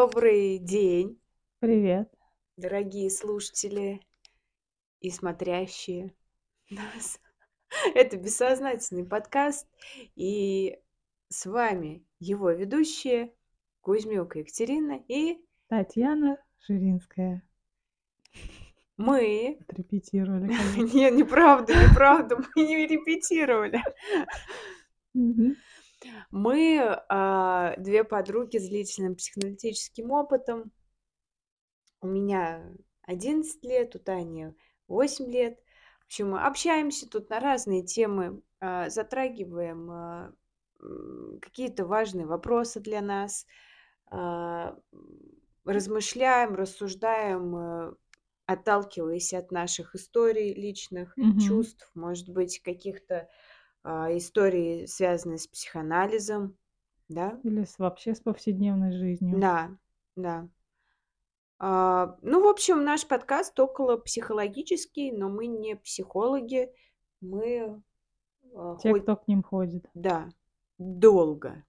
Добрый день, Привет. дорогие слушатели и смотрящие нас. Это бессознательный подкаст, и с вами его ведущие Кузьмюк Екатерина, и Татьяна Жиринская. мы... Отрепетировали как будто. Не, неправда, мы не репетировали. Мгм. Мы две подруги с длительным психоаналитическим опытом. У меня 11 лет, у Тани 8 лет. В общем, мы общаемся тут на разные темы, затрагиваем какие-то важные вопросы для нас, размышляем, рассуждаем, отталкиваясь от наших историй личных, Мгм. чувств, может быть, каких-то историй, связанных с психоанализом, да? Или вообще с повседневной жизнью. Да, да. Ну, в общем, наш подкаст около психологический, но мы не психологи. Мы Те, хоть, кто к ним ходит. да, долго.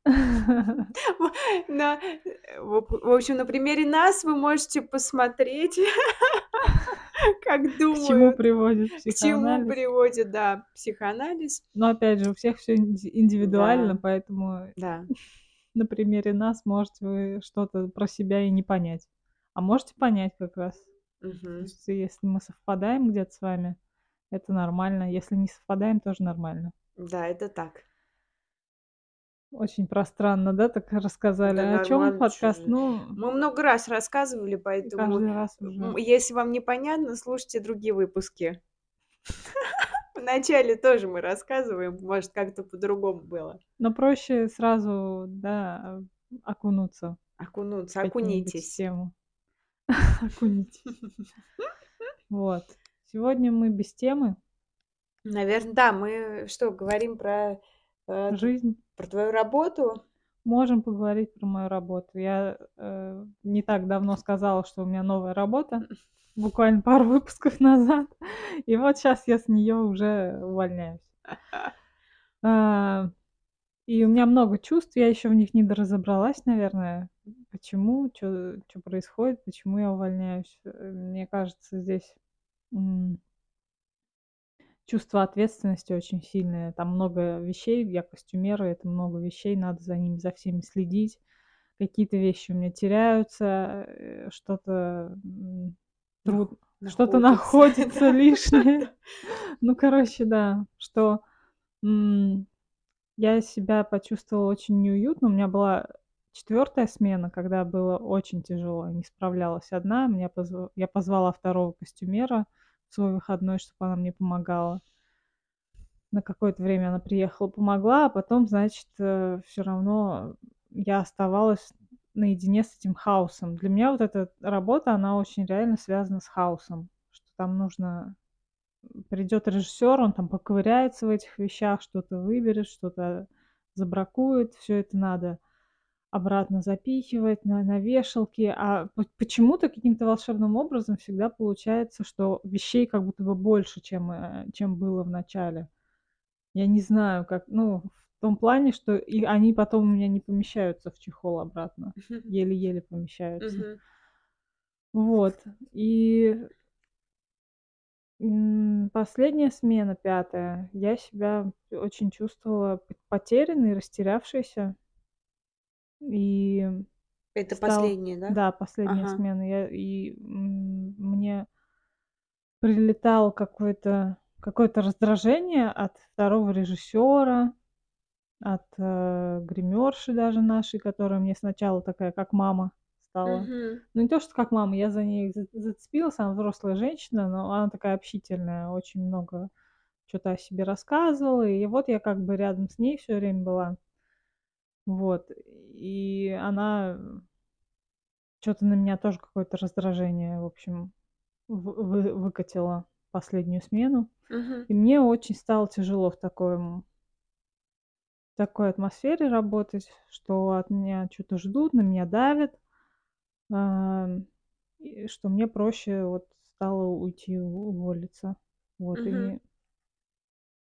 В общем, на примере нас вы можете посмотреть, как К чему думают, приводит к чему психоанализ. приводит, да, психоанализ. Но опять же, у всех все индивидуально, Да, поэтому да. на примере нас можете вы что-то про себя и не понять. А можете понять как раз. То Мгм. есть если мы совпадаем где-то с вами, это нормально. Если не совпадаем, тоже нормально. Да, это так. Очень пространно, да, так рассказали. Да, А о чем нормально. Чё подкаст? же. Ну, Мы много раз рассказывали, поэтому каждый раз уже. если вам непонятно, слушайте другие выпуски. Вначале тоже мы рассказываем, может, как-то по-другому было. Но проще сразу, да, окунуться в Окунуться, какую-нибудь окунитесь. тему. Окунитесь. Вот. Сегодня мы без темы. Наверное, да, мы что, говорим э, т- Жизнь. про твою работу? Можем поговорить про мою работу. Я, не так давно сказала, что у меня новая работа, буквально пару выпусков назад. И вот сейчас я с нее уже увольняюсь. А, и у меня много чувств, я еще в них не доразобралась, наверное. Почему, что происходит, почему я увольняюсь. Мне кажется, здесь, м, чувство ответственности очень сильное. Там много вещей, я костюмер, и это много вещей, надо за ними, за всеми следить. Какие-то вещи у меня теряются, что-то, труд что-то Находится. находится Да. лишнее. Ну, короче, да, что, м, я себя почувствовала очень неуютно. У меня была четвертая смена, когда было очень тяжело, не справлялась одна. Я позвала второго костюмера в свой выходной, чтобы она мне помогала. На какое-то время она приехала, помогла, а потом, значит, всё равно я оставалась наедине с этим хаосом. Для меня вот эта работа, она очень реально связана с хаосом, что там нужно придет режиссер, он там поковыряется в этих вещах, что-то выберет, что-то забракует. Все это надо обратно запихивать на вешалки. А почему-то каким-то волшебным образом всегда получается, что вещей как будто бы больше, чем было в начале. Я не знаю, как, ну, в том плане, что и они потом у меня не помещаются в чехол обратно. Еле-еле помещаются. Мгм. Вот. И последняя смена, пятая, я себя очень чувствовала потерянной, растерявшейся. И Это стал последнее, да? да, последняя Ага. смена. Мне прилетало какое-то раздражение от второго режиссера, от, гримерши даже нашей, которая мне сначала такая, как мама стала. Мгм. Ну, не то, что как мама, я за ней зацепилась, она взрослая женщина, но она такая общительная, очень много чё то о себе рассказывала. И вот я как бы рядом с ней всё время была. Вот. И она чё то на меня тоже какое-то раздражение, в общем, выкатила последнюю смену. Мгм. И мне очень стало тяжело в такой атмосфере работать, что от меня чё то ждут, на меня давят. Ам, и что мне проще вот стало уйти, уволиться. Вот, Мгм. и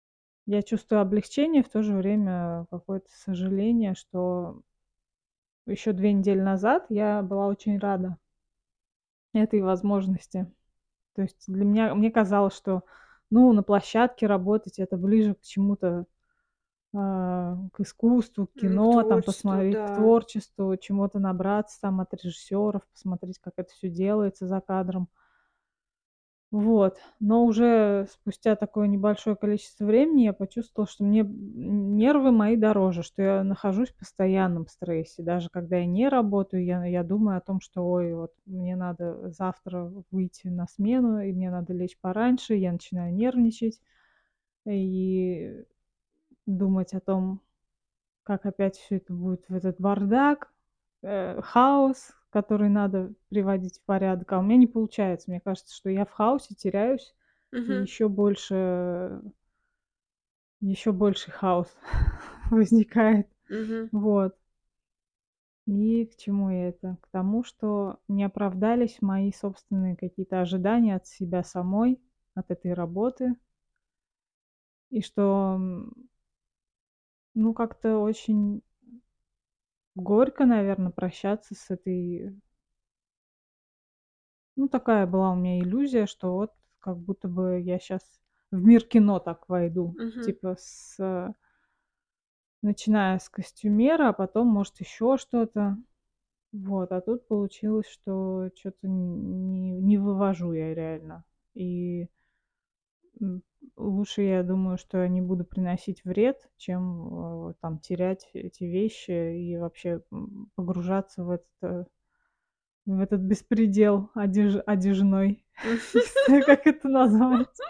я чувствую облегчение, в то же время какое-то сожаление, что еще 2 недели назад я была очень рада этой возможности. То есть для меня мне казалось, что, ну, на площадке работать — это ближе к чему-то, к искусству, к К кино, там творчеству, посмотреть, к да. творчеству, чему-то набраться там от режиссеров, посмотреть, как это все делается за кадром. Вот. Но уже спустя такое небольшое количество времени я почувствовала, что мне нервы мои дороже, что я нахожусь в постоянном стрессе. Даже когда я не работаю, я думаю о том, что: "Ой, вот мне надо завтра выйти на смену, и мне надо лечь пораньше". Я начинаю нервничать и думать о том, как опять все это будет в этот бардак, хаос, который надо приводить в порядок. А у меня не получается. Мне кажется, что я в хаосе теряюсь, и Мгм. еще больше хаос возникает. Мгм. Вот. И к чему я это? К тому, что не оправдались мои собственные какие-то ожидания от себя самой, от этой работы. И что, ну, как-то очень горько, наверное, прощаться с этой. Ну, такая была у меня иллюзия, что вот как будто бы я сейчас в мир кино так войду. Мгм. Типа начиная с костюмера, а потом, может, еще что-то. Вот, а тут получилось, что что то не вывожу я реально. И, м, лучше, я думаю, что я не буду приносить вред, чем, там терять эти вещи и вообще, погружаться в этот беспредел одежной. Не знаю, как это назвать.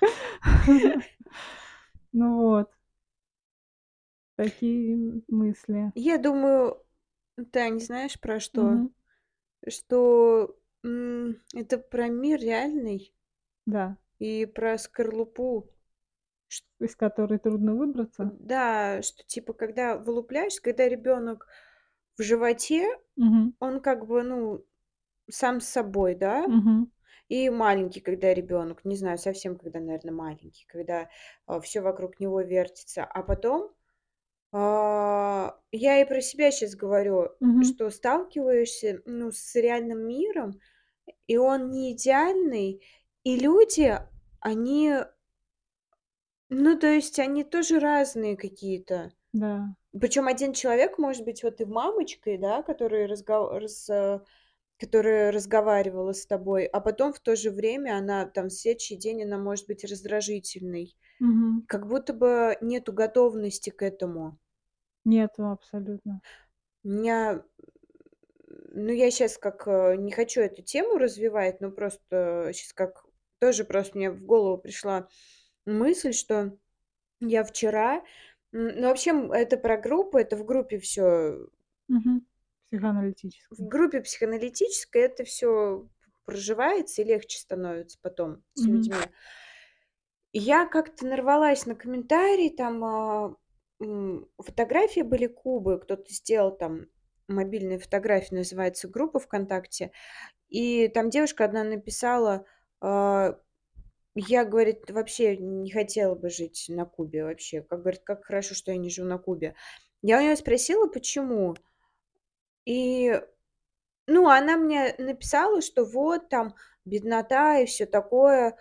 Ну вот, такие мысли. Я думаю, Тань, знаешь, про что? Мгм. Что, это про мир реальный Да, и про скорлупу. Ш из которой трудно выбраться. Да, что типа, когда вылупляешься, когда ребенок в животе, Мгм. он как бы, ну, сам с собой, да. Мгм. И маленький, когда ребенок, не знаю, совсем когда, наверное, маленький, когда, все вокруг него вертится. А потом, я и про себя сейчас говорю, Мгм. что сталкиваешься, ну, с реальным миром, и он не идеальный, и люди, они, ну, то есть они тоже разные какие-то. Да. Причем один человек может быть вот и мамочкой, да, которая разговаривала с тобой, а потом в то же время она там в следующий день она может быть раздражительной. Мгм. Как будто бы нету готовности к этому. Нету абсолютно. У меня, ну, я сейчас как, не хочу эту тему развивать, но просто сейчас как тоже просто мне в голову пришла мысль, что я вчера, ну, вообще, это про группу, это в группе все, Мгм. в Психоаналитической. группе психоаналитической это все проживается и легче становится потом с Мгм. людьми. И я как-то нарвалась на комментарий, там, фотографии были кубы, кто-то сделал там мобильные фотографии, называется группа ВКонтакте. И там девушка одна написала, а, я, говорит, вообще не хотела бы жить на Кубе вообще. Как, говорит, как хорошо, что я не живу на Кубе. Я у нее спросила, почему. И, ну, она мне написала, что вот там беднота и все такое.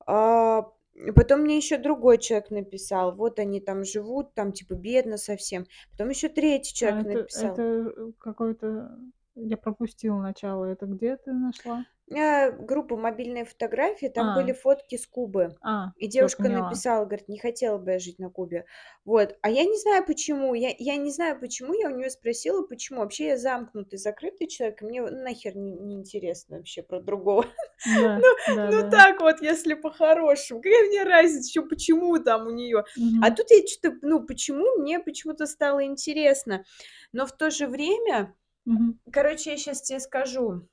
Потом мне еще другой человек написал, вот они там живут, там типа бедно совсем. Потом еще третий А человек это, написал. какой-то я пропустила начало. Это где ты нашла? Группа "Мобильные фотографии", там были А, фотки с Кубы. И всё, девушка поняла. написала, говорит: "Не хотела бы я жить на Кубе". Вот. А я не знаю почему. Я не знаю почему. Я у нее спросила, почему. Вообще я замкнутый, закрытый человек, и мне нахер не интересно вообще про другого. Да, Ну ну да-да. так вот, если по-хорошему. Какая мне разница еще, почему там у нее. А Мгм. тут я что то ну, почему, мне почему-то стало интересно. Но в то же время, Мгм. короче, я сейчас тебе скажу.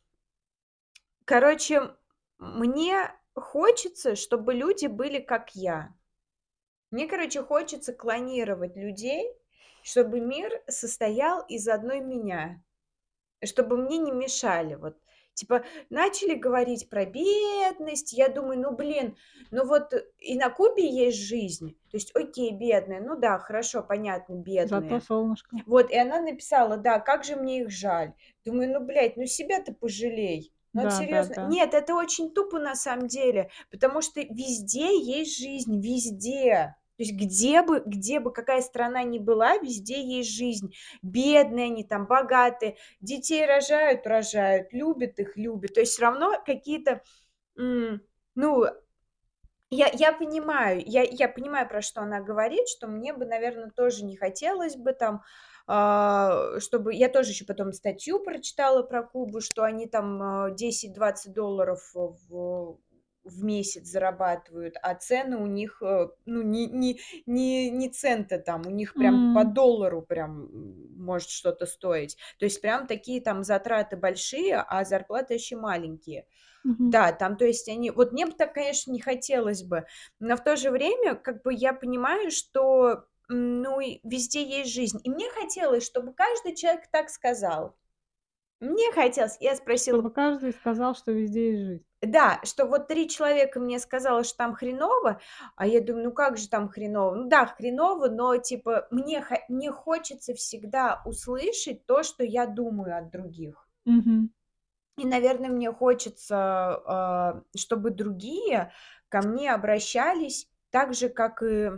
Короче, мне хочется, чтобы люди были как я. Мне, короче, хочется клонировать людей, чтобы мир состоял из одной меня, чтобы мне не мешали. Вот Типа, начали говорить про бедность, я думаю, ну, блин, ну вот и на Кубе есть жизнь. То есть, окей, бедные, ну да, хорошо, понятно, Зато бедные. солнышко. Вот, и она написала, да, как же мне их жаль. Думаю, ну, блядь, ну себя-то пожалей. Ну, это серьезно. Да-да-да. Нет, это очень тупо на самом деле, потому что везде есть жизнь, везде. То есть где бы какая страна ни была, везде есть жизнь. Бедные они там, богатые, детей рожают, рожают, любят их, любят. То есть все равно какие-то, ну, я понимаю, про что она говорит, что мне бы, наверное, тоже не хотелось бы там, чтобы я тоже еще потом статью прочитала про Кубу, что они там, 10-20 долларов в месяц зарабатывают, а цены у них, ну, не цента там, у них прям по М, доллару прям, может что-то стоить. То есть прям такие там затраты большие, а зарплаты очень маленькие. мгм. Да, там, то есть они вот мне бы так, конечно, не хотелось бы, но в то же время, как бы, я понимаю, что, ну, и везде есть жизнь. И мне хотелось, чтобы каждый человек так сказал. Мне хотелось, я Чтобы спросила, каждый сказал, что везде есть жизнь. да, что вот 3 человека мне сказало, что там хреново, а я думаю: "Ну как же там хреново?" Ну да, хреново, но типа мне хочется всегда услышать то, что я думаю от других. Мгм. И, наверное, мне хочется, чтобы другие ко мне обращались так же, как и,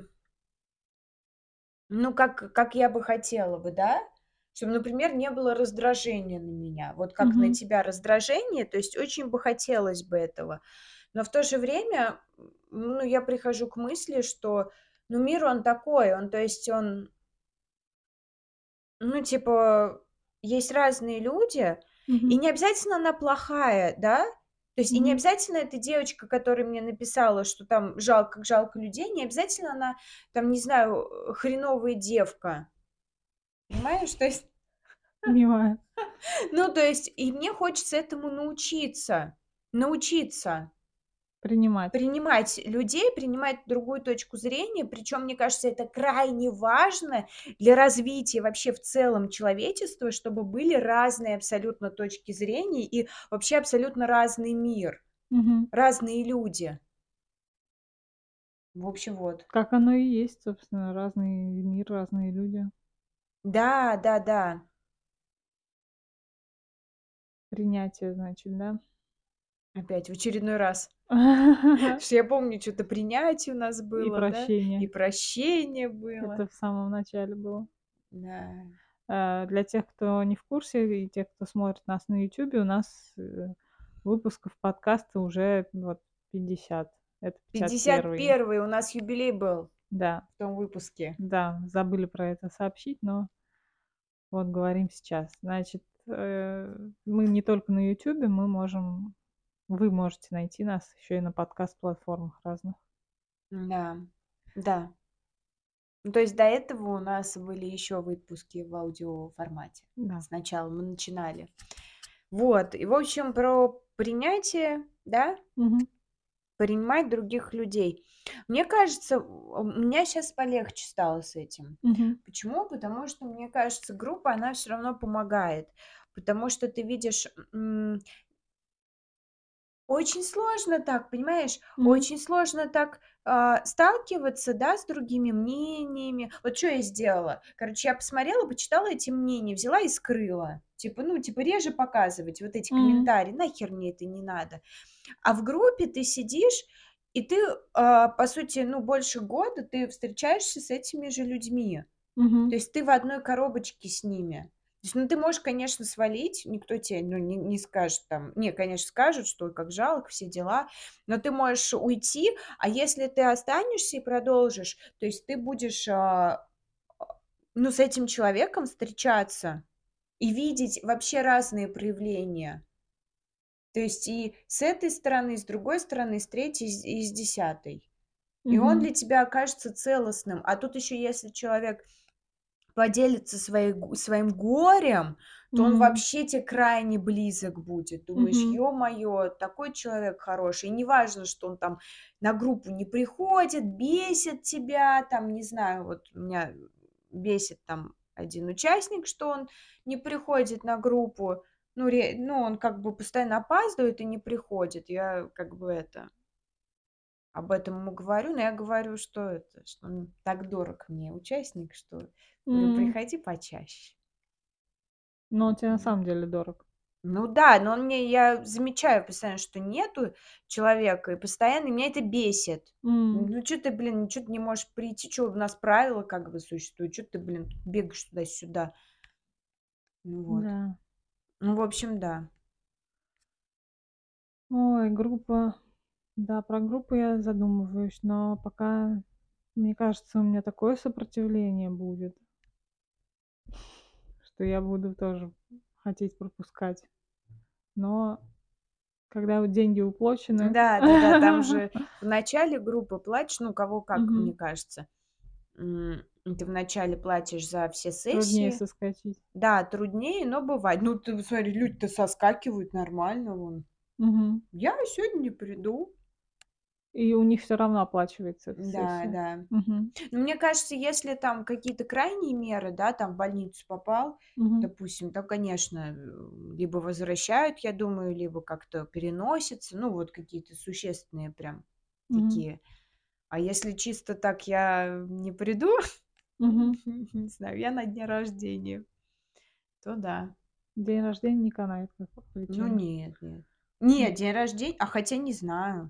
ну, как я бы хотела бы, да? Чтобы, например, не было раздражения на меня. Вот как на Мгм. тебя раздражение, то есть очень бы хотелось бы этого. Но в то же время, ну, я прихожу к мысли, что, ну, мир он такой, он, то есть он, ну, типа, есть разные люди, и Мгм. не обязательно она плохая, да? То есть и не Мгм. обязательно эта девочка, которая мне написала, что там жалко, как жалко людей, не обязательно она там, не знаю, хреновая девка. Понимаешь? То есть, Понимаю. ну, то есть, и мне хочется этому научиться. Научиться. Принимать. Принимать людей, принимать другую точку зрения. Причем, мне кажется, это крайне важно для развития вообще в целом человечества, чтобы были разные абсолютно точки зрения и вообще абсолютно разный мир, Мгм. разные люди. В общем, вот. Как оно и есть, собственно, разный мир, разные люди. Да, да-да. Принятие, значит, да? Опять в очередной раз. Что я помню, что то принятие у нас И было, да, и прощение. прощение было. Это в самом начале было. Да. Для тех, кто не в курсе, и тех, кто смотрит нас на "Ютубе", у нас, выпусков подкаста уже вот 50. Это 51. 51-й у нас юбилей был Да, в том выпуске. да, забыли про это сообщить, но вот говорим сейчас. Значит, мы не только на "Ютубе", вы можете найти нас еще и на подкаст-платформах разных. Да, да. Ну, то есть до этого у нас были еще выпуски в аудиоформате. Да. Сначала мы начинали. Вот, и, в общем, про принятие, да, Мгм. принимать других людей. Мне кажется, у меня сейчас полегче стало с этим. Мгм. Почему? Потому что, мне кажется, группа, она все равно помогает. Потому что ты видишь, очень сложно так, понимаешь, Мгм. очень сложно так, сталкиваться, да, с другими мнениями. Вот что я сделала? Короче, я посмотрела, почитала эти мнения, взяла и скрыла. Типа, ну, типа, реже показывать вот эти М. комментарии, нахер мне это не надо. А в группе ты сидишь, и ты, по сути, ну, больше года ты встречаешься с этими же людьми. Мгм. То есть ты в одной коробочке с ними. То есть, ну, ты можешь, конечно, свалить, никто тебе, ну, не скажет там, не, конечно, скажут, что ой, как жалко, все дела, но ты можешь уйти, а если ты останешься и продолжишь, то есть ты будешь, ну, с этим человеком встречаться и видеть вообще разные проявления. То есть и с этой стороны, и с другой стороны, и с третьей, и с десятой. И он Мгм. для тебя окажется целостным. А тут еще, если человек поделится своим горем, то он М. вообще те крайне близок будет. Думаешь: Мгм. "Ё-моё, такой человек хороший". И неважно, что он там на группу не приходит, бесит тебя, там, не знаю, вот меня бесит там один участник, что он не приходит на группу. Ну, он как бы постоянно опаздывает и не приходит. Я как бы об этом ему говорю, но я говорю, что он так дорог мне, участник, что говорю, М. приходи почаще. Но он тебе на М. самом деле дорог. Ну да, но я замечаю постоянно, что нету человека, и постоянно меня это бесит. М. Ну, что ты, блин, что ты не можешь прийти, что у нас правила как бы существуют, что ты, блин, тут бегаешь туда-сюда. Ну вот. Да. Ну, в общем, да. Ой, группа. Да, про группу я задумываюсь, но пока, мне кажется, у меня такое сопротивление будет, что я буду тоже хотеть пропускать. Но когда вот деньги уплочены. Да-да-да, там же в начале группы платишь, ну, кого как, Мгм. мне кажется. Ты вначале платишь за все Труднее сессии. соскочить. Да, труднее, но бывает. Ну, ты вот смотри, люди-то соскакивают нормально вон. Мгм. Я сегодня не приду. И у них все равно оплачивается эта Да, сессия. да. Мгм. Ну, мне кажется, если там какие-то крайние меры, да, там в больницу попал, Мгм. допустим, то, конечно, либо возвращают, я думаю, либо как-то переносятся, ну, вот какие-то существенные прям Мгм. такие. А если чисто так я не приду, Мгм. не знаю, я на дне рождения, то да. День рождения не канает как Ну, причина. нет, нет. Нет, М. день рождения, а хотя не знаю,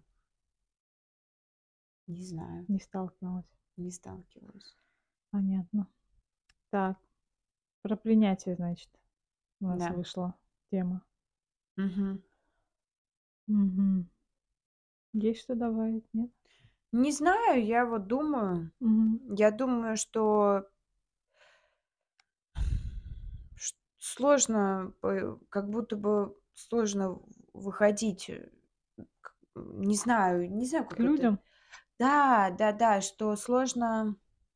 не знаю, Не сталкивалась. не сталкивалась. Понятно. Так, про принятие, значит, у нас Да. вышла тема. Мгм. Мгм. Есть что добавить, нет? Не знаю, Мгм. я думаю, что сложно, как будто бы сложно выходить, не знаю, К как это. людям? Да, да-да, что сложно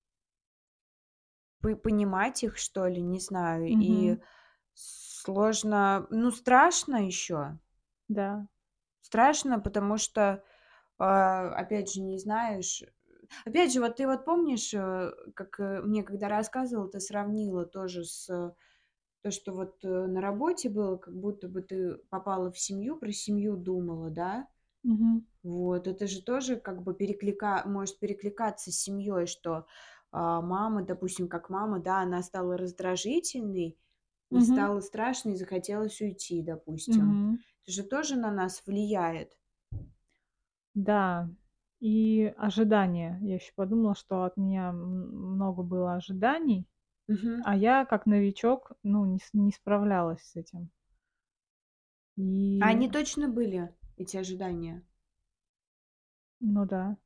понимать их, что ли, не знаю, Мгм. и сложно, ну, страшно еще. Да. Страшно, потому что, опять же, не знаешь. Опять же, вот ты вот помнишь, как, мне когда рассказывала, ты сравнила тоже с, то, что вот, на работе было, как будто бы ты попала в семью, про семью думала, да? Мгм. Вот, это же тоже как бы может перекликаться с семьей, что, мама, допустим, как мама, да, она стала раздражительной, и Мгм. стало страшно, и захотелось уйти, допустим. Мгм. Это же тоже на нас влияет. Да. И ожидания. Я еще подумала, что от меня много было ожиданий, Мгм. а я как новичок, ну, не справлялась с этим. А И, они точно были, эти ожидания? ну да.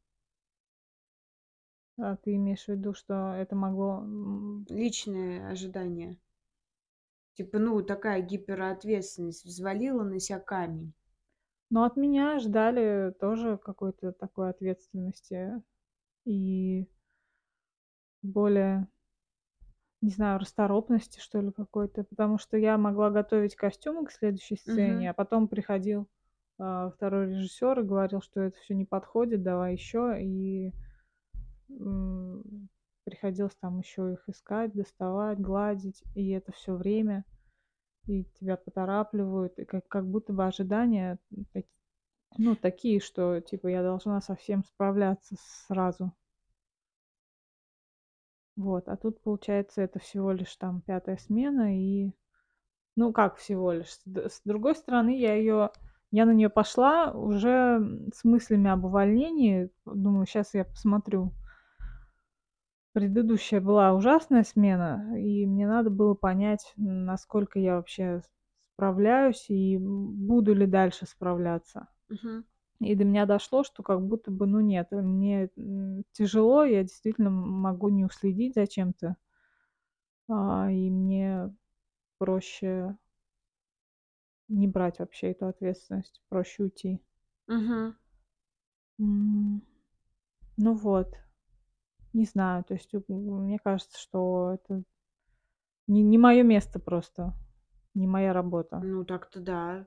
А ты имеешь в виду, что это могло, Личные ожидания? Типа, ну, такая гиперответственность, взвалила на ся камень. но от меня ждали тоже какой-то такой ответственности и более, не знаю, расторопности, что ли, какой-то. Потому что я могла готовить костюмы к следующей сцене, Мгм. а потом приходил, второй режиссер и говорил, что это все не подходит, давай еще. И, приходилось там еще их искать, доставать, гладить, и это все время. И тебя поторапливают, и как будто бы ожидания, ну, такие, что типа я должна со всем справляться сразу. Вот, а тут, получается, это всего лишь там пятая смена, и ну, как всего лишь, с другой стороны, я на нее пошла уже, с мыслями об увольнении. Думаю, сейчас я посмотрю. Предыдущая была ужасная смена, и мне надо было понять, насколько я вообще справляюсь и, буду ли дальше справляться. Мгм. И до меня дошло, что как будто бы, ну нет, мне, тяжело, я действительно могу не уследить за чем-то, и мне проще не брать вообще эту ответственность, проще уйти. Мгм. М, ну вот, не знаю, то есть, мне кажется, что это не мое место просто, не моя работа. Ну, так-то да.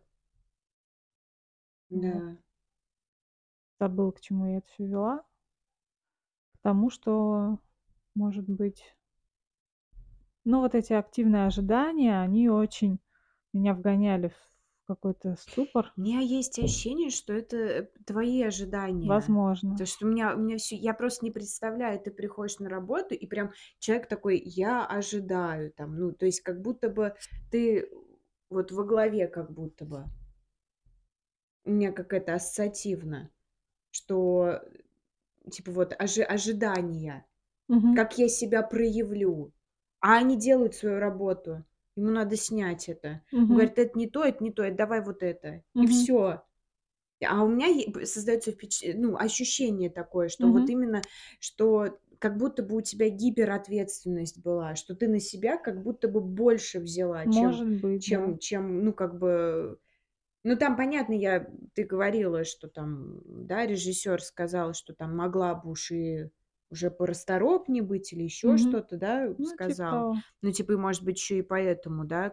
Вот. Да. Забыла, к чему я это всё вела. К тому, что, может быть, ну, вот эти активные ожидания, они очень меня вгоняли в какой-то ступор. У меня есть ощущение, что это, твои ожидания. Возможно. То, что у меня всё я просто не представляю, ты приходишь на работу, и прям человек такой: "Я ожидаю", там, ну, то есть как будто бы ты вот во главе как будто бы. У меня как это ассоциативно, что, типа вот ожидания, Мгм. как я себя проявлю. А они делают свою работу. Ему надо снять это. Он Мгм. говорит: это не то, это давай вот это". И Мгм. все. А у меня создается ну, ощущение такое, что вот Мгм. именно, что как будто бы у тебя гиперответственность была, что ты на себя как будто бы больше взяла, чем, Может быть, да. ну, как бы, ну, там, понятно, ты говорила, что там, да, режиссер сказал, что там могла бы уж и уже порасторопнее быть или еще Мгм. что-то, да, Ну, типа сказал. того. Ну, типа, и, может быть, еще и поэтому, да,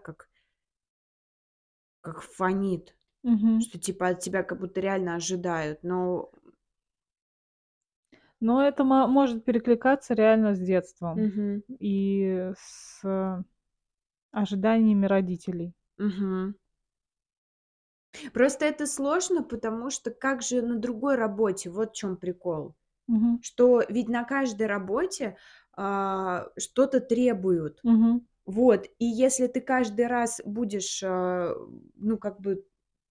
как фонит, Мгм. что типа от тебя как будто реально ожидают. Но Но это может перекликаться реально с детством мгм. и с ожиданиями родителей. Мгм. Просто это сложно, потому что как же на другой работе? Вот в чём прикол. Мгм. Что ведь на каждой работе, что-то требуют. Мгм. Вот, и если ты каждый раз будешь, ну, как бы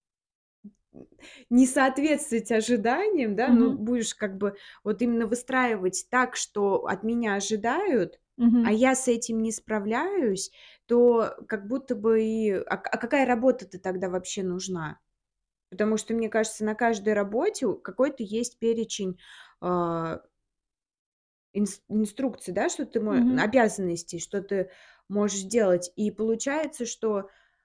не соответствовать ожиданиям, да, ну, Мгм. будешь как бы вот именно выстраивать так, что от меня ожидают, а Мгм. я с этим не справляюсь, то как будто бы какая работа-то тогда вообще нужна? Потому что, мне кажется, на каждой работе какой-то есть перечень, а, инструкций, да, что ты Мгм. обязанностей, что ты можешь делать. И получается, что,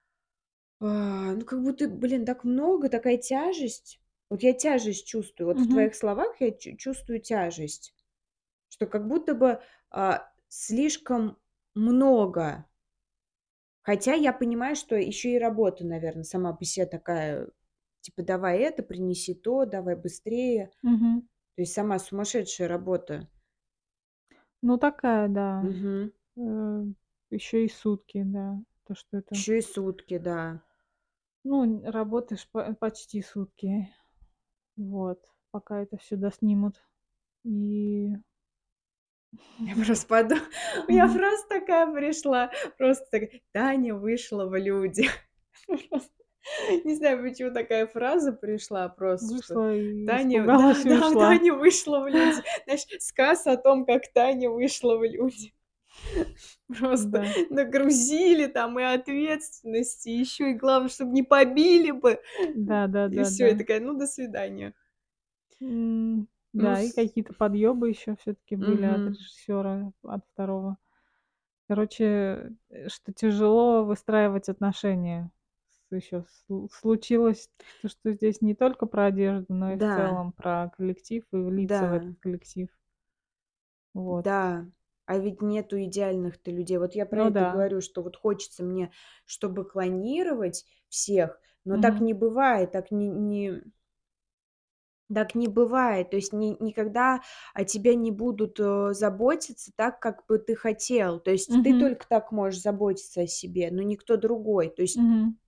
ну, как будто, блин, так много, такая тяжесть. Вот я тяжесть чувствую. Вот в Мгм. твоих словах я чувствую тяжесть, что как будто бы, слишком много. Хотя я понимаю, что еще и работа, наверное, сама по себе такая, типа: "Давай это, принеси то, давай быстрее". Мгм. То есть сама сумасшедшая работа. Ну, такая, да. Мгм. Э, Еще и сутки, да. То, что это, Еще и сутки, да. ну, работаешь почти сутки. Вот. Пока это все доснимут. И Я просто поду у меня Мгм. фраза такая пришла, просто такая: "Таня вышла в люди". Просто не знаю, почему такая фраза пришла, просто что Вышла и Таня, да, испугалась и да, ушла. Таня вышла в люди. Знаешь, сказ о том, как Таня вышла в люди. Просто Да. нагрузили там и ответственности, еще и главное, чтобы не побили бы. И все, Да-да-да-да. я такая: "Ну, до свидания". Ну, Да, и какие-то подъёбы еще все таки были от мгм. режиссера, от второго. Короче, что тяжело выстраивать отношения. Еще случилось то, что здесь не только про одежду, но и в Да, целом про коллектив и влиться в этот да. коллектив. Вот. Да, а ведь нету идеальных-то людей. Вот я про Ну это да. говорю, что вот хочется мне, чтобы клонировать всех, но так Мгм. не бывает, так не бывает. То есть никогда о тебе не будут, заботиться так, как бы ты хотел. То есть ты Мгм. только так можешь заботиться о себе, но никто другой. То есть, Мгм.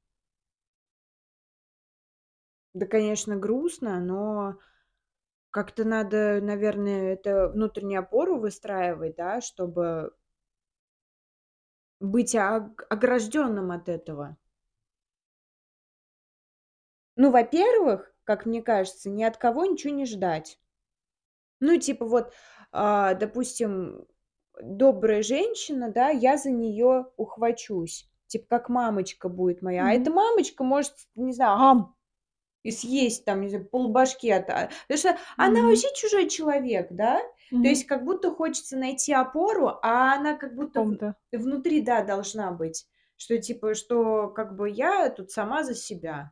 да, конечно, грустно, но как-то надо, наверное, это внутреннюю опору выстраивать, да, чтобы быть огражденным от этого. Ну, во-первых, как мне кажется, ни от кого ничего не ждать. Ну, типа вот, допустим, добрая женщина, да, я за нее ухвачусь. Типа как мамочка будет моя. А Мгм. эта мамочка может, не знаю, и съесть там, не знаю, полбашки потому что она Мгм. вообще чужой человек, да. То Мгм. есть как будто хочется найти опору, а она как В будто ком-то. внутри, да, должна быть. Что типа, что как бы я тут сама за себя.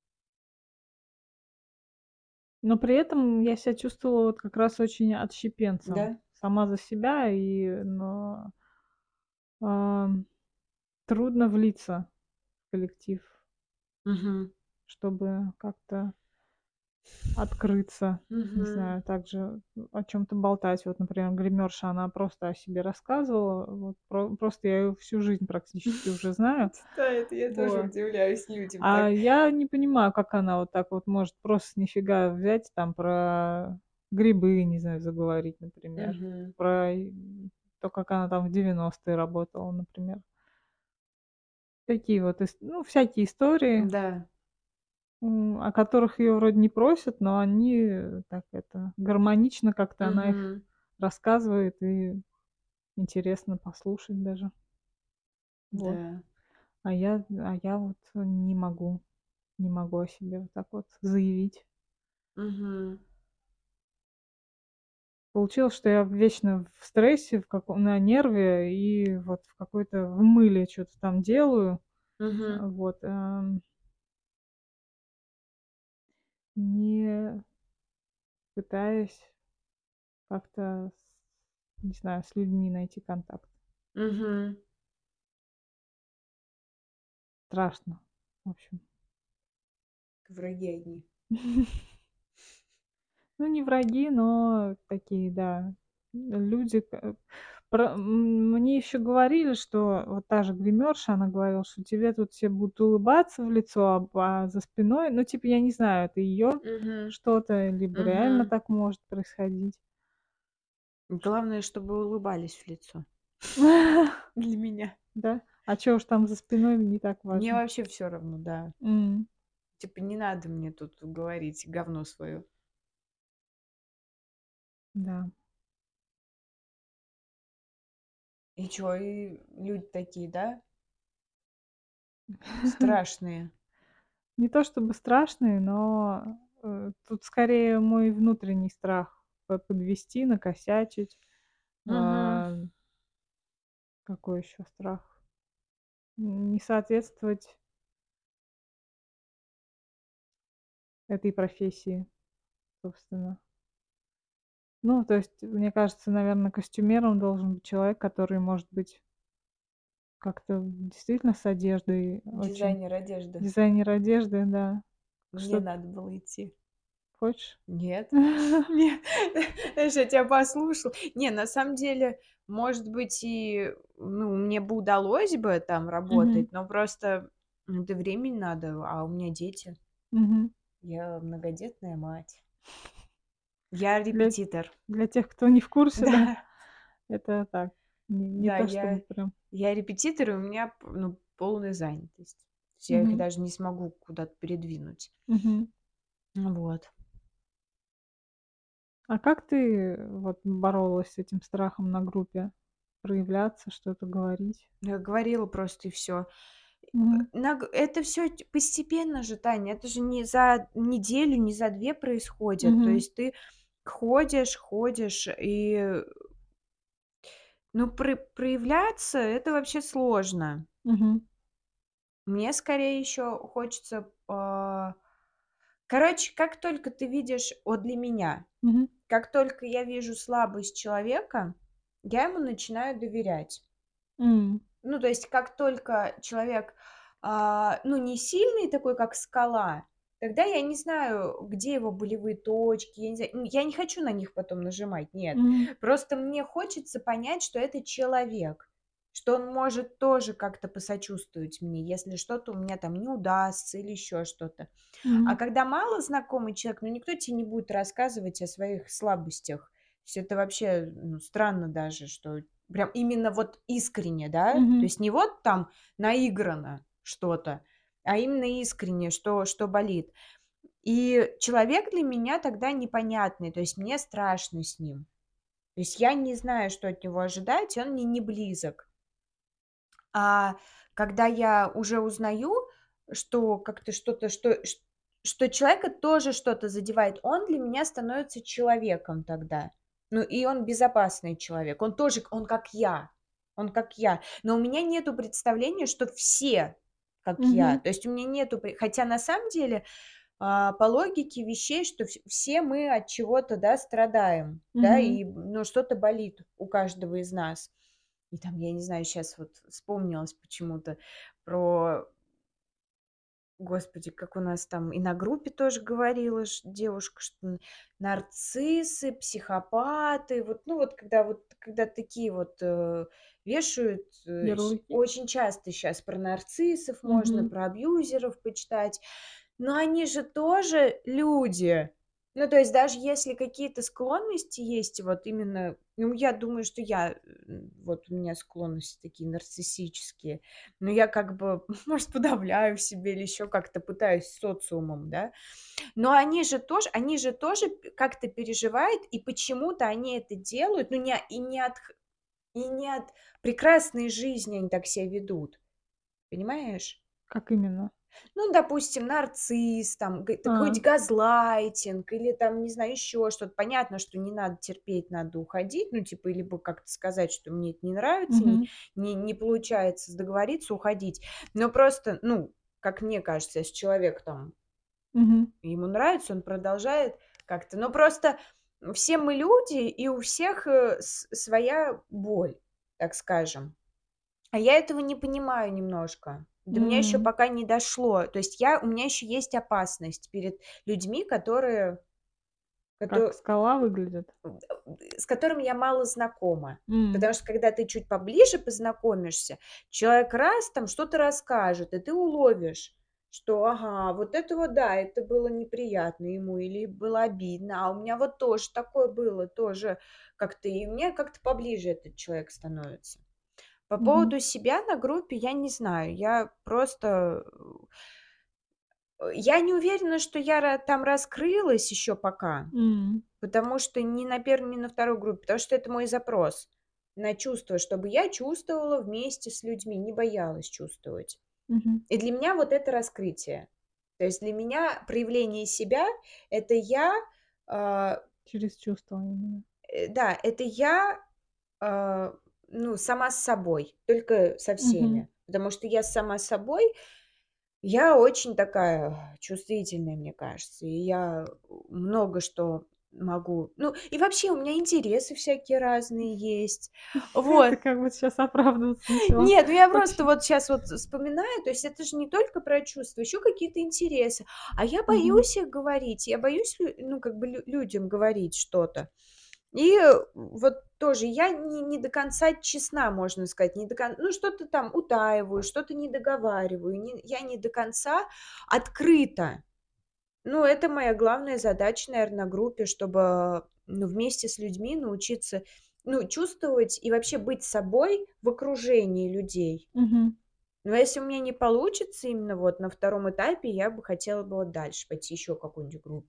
Но при этом я себя чувствовала вот как раз очень отщепенцем. Да? Сама за себя, но, ам, трудно влиться в коллектив, Мгм. чтобы как-то открыться, не Мгм. знаю, также о чем то болтать. Вот, например, гримерша, она просто о себе рассказывала. Вот просто я её всю жизнь практически уже знаю. Да, это я тоже Вот. удивляюсь людям А так. я не понимаю, как она вот так вот может просто с нифига взять там про грибы, не знаю, заговорить, например. Мгм. Про то, как она там в 90-е работала, например. Такие вот ну, всякие истории, Да. о которых ее вроде не просят, но они, так это, гармонично как-то она их Мгм. рассказывает, и интересно послушать даже. Вот. Да. А я вот не могу о себе вот так вот заявить. Мгм. Получилось, что я вечно в стрессе, на нерве и вот в какой-то в мыле что то там делаю. Мгм. Вот, не пытаясь как-то не знаю, с людьми найти контакт. Мгм. Страшно, в общем. Враги одни. Ну, не враги, но такие, да, люди. Мне еще говорили, что вот та же гримерша, она говорила, что тебе тут все будут улыбаться в лицо, а за спиной, ну, типа, я не знаю, это ее Мгм. что-то, либо реально Мгм. так может происходить. Главное, чтобы улыбались в лицо. Для меня. Да? А чё уж там за спиной, не так Мне важно. вообще все равно, да. М, Типа не надо мне тут говорить говно свое. да. И чё, и люди такие, да? Страшные. Не то чтобы страшные, но, тут скорее мой внутренний страх подвести, накосячить. Мгм. А, какой еще страх? Не соответствовать этой профессии, собственно. Ну, то есть, мне кажется, наверное, костюмером должен быть человек, который, может быть, как-то действительно с одеждой очень Дизайнер одежды. дизайнер одежды, да. Мне Что-то надо было идти. хочешь? Нет. Нет. Знаешь, я тебя послушала. Не, на самом деле, может быть, и, ну, мне бы удалось бы там Мгм, работать, но просто, да времени надо, а у меня дети. мгм. Я многодетная мать. Я Для репетитор. для тех, кто не в курсе, да, Да, это так, не да, то чтобы прям. я репетитор, и у меня, ну, полная занятость. То есть я их Мгм, даже не смогу куда-то передвинуть. мгм. Вот. А как ты вот боролась с этим страхом на группе? Проявляться, что-то говорить? Я говорила просто и все. Мгм, Это все постепенно же, Таня, это же не за неделю, не за 2 происходит. То мгм, есть ты ходишь, ходишь, и, ну, проявляться — это вообще сложно. мгм, Мне скорее еще хочется, короче, как только ты видишь вот для меня, мгм, как только я вижу слабость человека, я ему начинаю доверять. м, Ну, то есть, как только человек, ну, не сильный такой, как скала, тогда я не знаю, где его болевые точки, я не знаю, я не хочу на них потом нажимать, нет. мгм, Просто мне хочется понять, что это человек, что он может тоже как-то посочувствовать мне, если что-то у меня там не удастся или еще что-то. А мгм, когда мало знакомый человек, ну, никто тебе не будет рассказывать о своих слабостях. То есть это вообще, ну, странно даже, что прям именно вот искренне, да? То мгм, есть не вот там наиграно что-то, а именно искренне, что болит. И человек для меня тогда непонятный, то есть мне страшно с ним. То есть я не знаю, что от него ожидать, и он мне не близок. А когда я уже узнаю, что как-то что-то, что человека тоже что-то задевает, он для меня становится человеком тогда. Ну, и он безопасный человек. Он тоже, он как я. Он как я. Но у меня нету представления, что все как я. мгм, То есть у меня нету... Хотя на самом деле, по логике вещей, что все мы от чего-то, да, страдаем, да, мгм, и, ну, что-то болит у каждого из нас. И там, я не знаю, сейчас вот вспомнилось почему-то про Господи, как у нас там и на группе тоже говорила девушка, что нарциссы, психопаты, вот, ну вот, когда такие вот вешают, Ярлыки? очень часто сейчас про нарциссов можно, Мгм. про абьюзеров почитать, но они же тоже люди. Ну, то есть даже если какие-то склонности есть, вот именно, ну, я думаю, что вот у меня склонности такие нарциссические, но я как бы, может, подавляю в себе или еще как-то пытаюсь с социумом, да. Но они же тоже как-то переживают, и почему-то они это делают, ну, и не от прекрасной жизни они так себя ведут, понимаешь? Как именно? Ну, допустим, нарцисс, там, А, какой-нибудь газлайтинг или там, не знаю, еще что-то. Понятно, что не надо терпеть, надо уходить, ну, типа, либо как-то сказать, что мне это не нравится, не, мгм, не получается договориться, уходить. Но просто, ну, как мне кажется, если человек там, мгм, ему нравится, он продолжает как-то. Но просто все мы люди, и у всех своя боль, так скажем. А я этого не понимаю немножко. До меня еще м. пока не дошло. То есть у меня еще есть опасность перед людьми, Как кото скала выглядит? с которыми я мало знакома. М, Потому что когда ты чуть поближе познакомишься, человек раз там что-то расскажет, и ты уловишь, что ага, вот это вот да, это было неприятно ему или было обидно, а у меня вот тоже такое было, тоже как-то, и мне как-то поближе этот человек становится. По мгм, поводу себя на группе я не знаю. Я просто, я не уверена, что я там раскрылась еще пока, м, потому что ни на первой, ни на второй группе, потому что это мой запрос на чувство, чтобы я чувствовала вместе с людьми, не боялась чувствовать. мгм. И для меня вот это раскрытие. То есть для меня проявление себя — это я, а, Через чувства именно. да, это я, а, ну, сама с собой, только со Мгм, всеми. Потому что я сама с собой. Я очень такая чувствительная, мне кажется, и я много что могу. Ну, и вообще у меня интересы всякие разные есть. Это Вот. как бы сейчас оправдываться начала. Нет, ну я просто Вообще. вот сейчас вот вспоминаю, то есть это же не только про чувства, еще какие-то интересы. А я Мгм, боюсь их говорить, я боюсь, ну, как бы людям говорить что-то. И вот тоже я не до конца честна, можно сказать, не до кон ну, что-то там утаиваю, что-то не договариваю, я не до конца открыта. Ну, это моя главная задача, наверно, на группе, чтобы, ну, вместе с людьми научиться, ну, чувствовать и вообще быть собой в окружении людей. мгм. Но если у меня не получится именно вот на втором этапе, я бы хотела бы вот дальше пойти еще в какую-нибудь группу.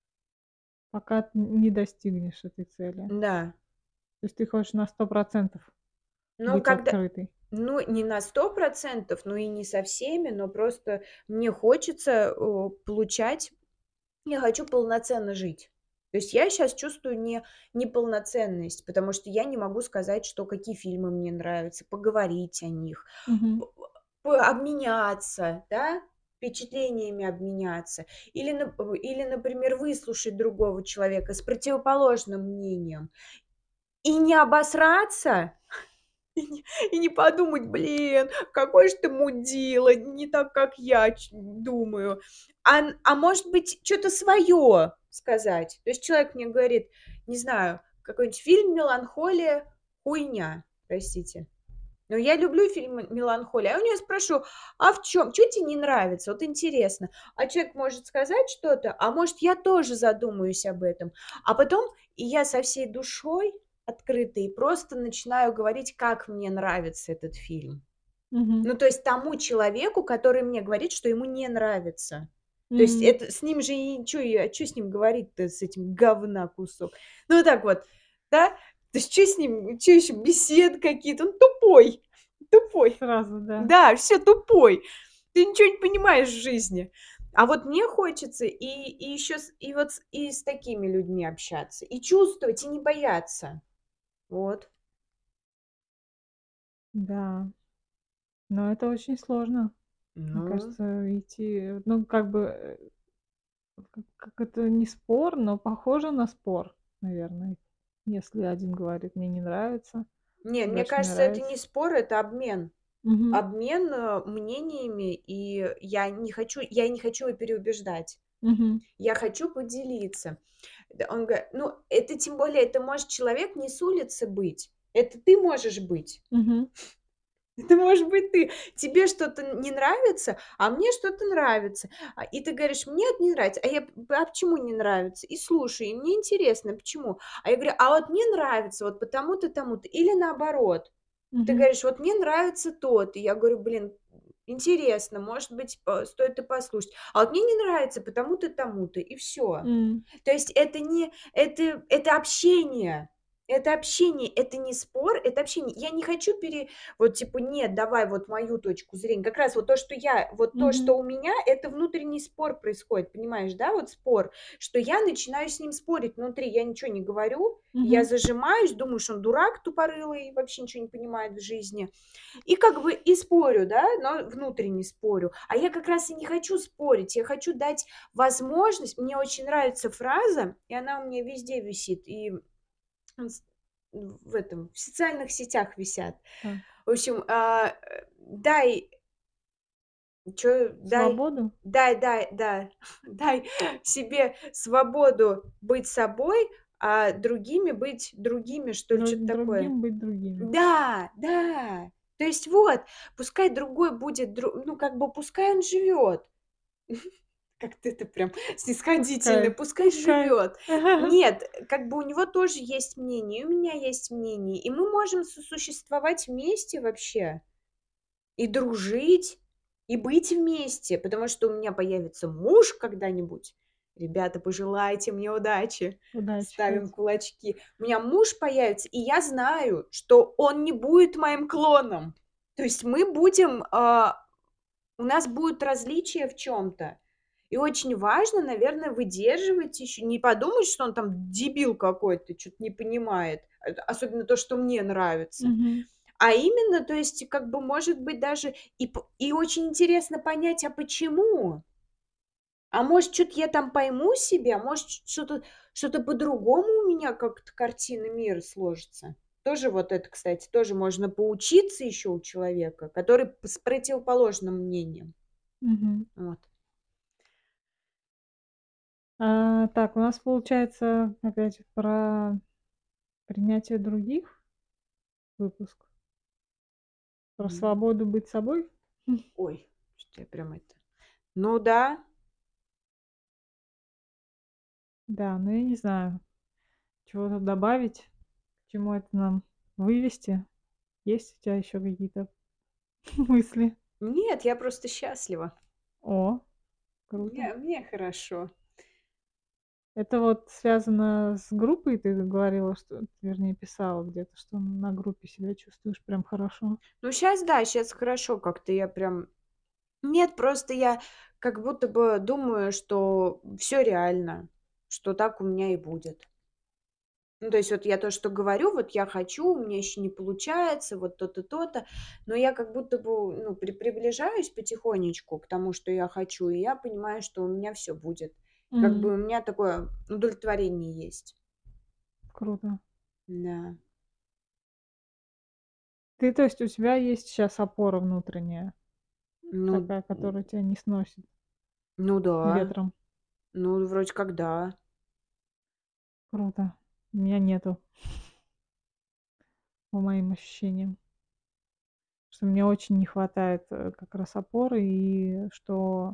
Пока ты не достигнешь этой цели. Да. То есть ты хочешь на 100% Ну, быть когда открытой. ну, не на 100%, но и не со всеми, но просто мне хочется, получать, я хочу полноценно жить. То есть я сейчас чувствую неполноценность, потому что я не могу сказать, что какие фильмы мне нравятся, поговорить о них, Мгм, п обменяться, да, впечатлениями обменяться или, например, выслушать другого человека с противоположным мнением и не обосраться. И не подумать: "Блин, какой ж ты мудила, не так, как я думаю". А может быть, что то свое сказать. То есть человек мне говорит, не знаю, какой-нибудь фильм "Меланхолия" — хуйня, простите. Но я люблю фильм "Меланхолия". А я у него спрошу: "А в чем? Чё те не нравится? Вот интересно". А человек может сказать что-то, а может, я тоже задумаюсь об этом. А потом и я со всей душой открытой просто начинаю говорить, как мне нравится этот фильм. мгм, Ну, то есть тому человеку, который мне говорит, что ему не нравится. То есть м. это с ним же и чё с ним говорить-то, с этим говна кусок? Ну, вот так вот, да? То есть чё с ним, чё еще беседы какие-то? Он тупой, тупой. Сразу, да. Да, все тупой. Ты ничего не понимаешь в жизни. А вот мне хочется и еще и с такими людьми общаться, и чувствовать, и не бояться. Вот. Да, но это очень сложно. Мне Ну, кажется, идти, ну, как бы, как это не спор, но похоже на спор, наверное. Если один говорит: "Мне не нравится", не, мне говоришь: "Мне кажется, это нравится". не спор, это обмен. Мгм. обмен, мнениями, и я не хочу его переубеждать. Мгм. Я хочу поделиться. Да, он говорит, ну, это тем более, это может человек не с улицы быть. Это ты можешь быть. Мгм. Это может быть ты. Тебе что-то не нравится, а мне что-то нравится. И ты говоришь: "Мне это не нравится". А почему не нравится? И слушай, и мне интересно, почему. А я говорю: "А вот мне нравится вот потому-то, тому-то". Или наоборот. Ты Мгм. говоришь: "Вот мне нравится то-то". И я говорю: "Блин, интересно, может быть, стоит и послушать". А вот мне не нравится потому-то, тому-то. И все. М. То есть это не это общение. Это общение, это не спор, это общение. Я не хочу вот типа: "Нет, давай вот мою точку зрения". Как раз вот то, Мгм. что у меня, это внутренний спор происходит, понимаешь, да, вот спор, что я начинаю с ним спорить внутри. Я ничего не говорю, я Мгм. зажимаюсь, думаю, что он дурак тупорылый, вообще ничего не понимает в жизни. И как бы и спорю, да, но внутренне спорю. А я как раз и не хочу спорить, я хочу дать возможность. Мне очень нравится фраза, и она у меня везде висит, и с в социальных сетях висят. Так. В общем, дай чё Свободу? дай, дай себе свободу быть собой, а другими быть другими, что ли, чё-то такое. Другим быть другими. Да, да. То есть вот, пускай другой будет ну, как бы пускай он живет. Как ты это прям снисходительно, Пускай, пускай пускай. живет. Нет, как бы у него тоже есть мнение, и у меня есть мнение, и мы можем сосуществовать вместе вообще, и дружить, и быть вместе, потому что у меня появится муж когда-нибудь. Ребята, пожелайте мне удачи. Удачи, Ставим Катя. кулачки. У меня муж появится, и я знаю, что он не будет моим клоном. То есть у нас будут различия в чем-то. И очень важно, наверное, выдерживать еще, не подумать, что он там дебил какой-то, что то не понимает, особенно то, что мне нравится. Мгм. А именно, то есть, как бы, может быть, даже и очень интересно понять, а почему? А может, что то я там пойму себя, может, что-то по-другому у меня как-то картина мира сложится. Тоже вот это, кстати, тоже можно поучиться еще у человека, который с противоположным мнением. Мгм. Вот. Так, у нас получается опять про принятие других выпуск. Про М. свободу быть собой. Ой, что я прям это. Ну да. Да, ну я не знаю, чего тут добавить, к чему это нам вывести. Есть у тебя еще какие-то мысли? Нет, я просто счастлива. О, круто. Мне хорошо. Это вот связано с группой, ты говорила, что, вернее, писала где-то, что на группе себя чувствуешь прям хорошо. Ну, сейчас да, сейчас хорошо как-то. Я прям Нет, просто я как будто бы думаю, что все реально, что так у меня и будет. Ну, то есть вот я то, что говорю, вот я хочу, у меня еще не получается, вот то-то, то-то, но я как будто бы, ну, приближаюсь потихонечку к тому, что я хочу, и я понимаю, что у меня все будет. Как М, бы у меня такое удовлетворение есть. круто. Да. Ты, то есть у тебя есть сейчас опора внутренняя, Ну, такая, которая тебя не сносит ну да. ветром. Ну, вроде как да. Круто. У меня нету, по моим ощущениям. Что мне очень не хватает, как раз опоры, и что,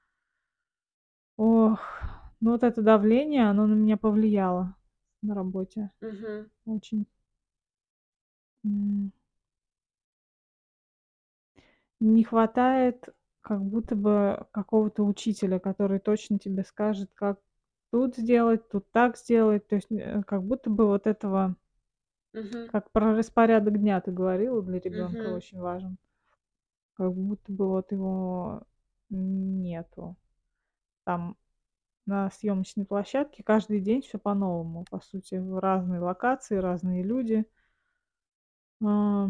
ох, ну вот это давление, оно на меня повлияло на работе Мгм. очень. М, Не хватает как будто бы какого-то учителя, который точно тебе скажет, как тут сделать, тут так сделать. То есть, как будто бы вот этого, Мгм. как про распорядок дня ты говорила, для ребенка Мгм. очень важен. Как будто бы вот его нету. Там на съемочной площадке каждый день все по-новому, по сути, в разные локации, разные люди. А,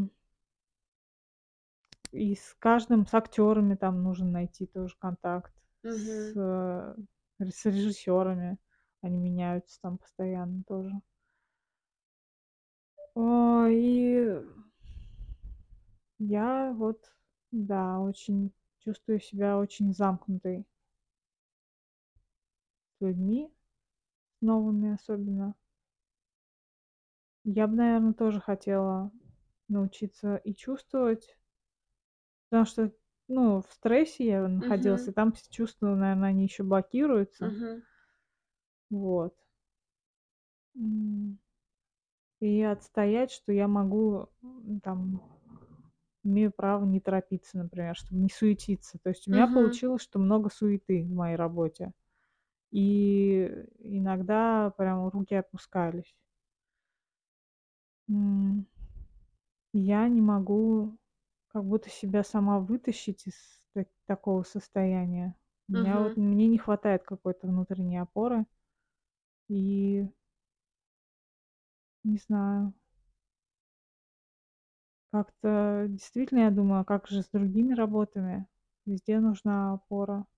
и с актерами там нужно найти тоже контакт, Мгм. с режиссерами. Они меняются там постоянно тоже. И Я вот, да, очень чувствую себя очень замкнутой с людьми, с новыми особенно. Я бы, наверно, тоже хотела научиться и чувствовать, потому что, ну, в стрессе я находилась, Мгм. и там все чувства, наверно, они еще блокируются. Мгм. Вот. М, и отстоять, что я могу, там, имею право не торопиться, например, чтобы не суетиться. То есть у меня Мгм. получилось, что много суеты в моей работе. И иногда прям руки опускались. М, я не могу как будто себя сама вытащить из такого состояния. Мгм. Мне не хватает какой-то внутренней опоры. И не знаю, как-то действительно я думаю, а как же с другими работами? Везде нужна опора.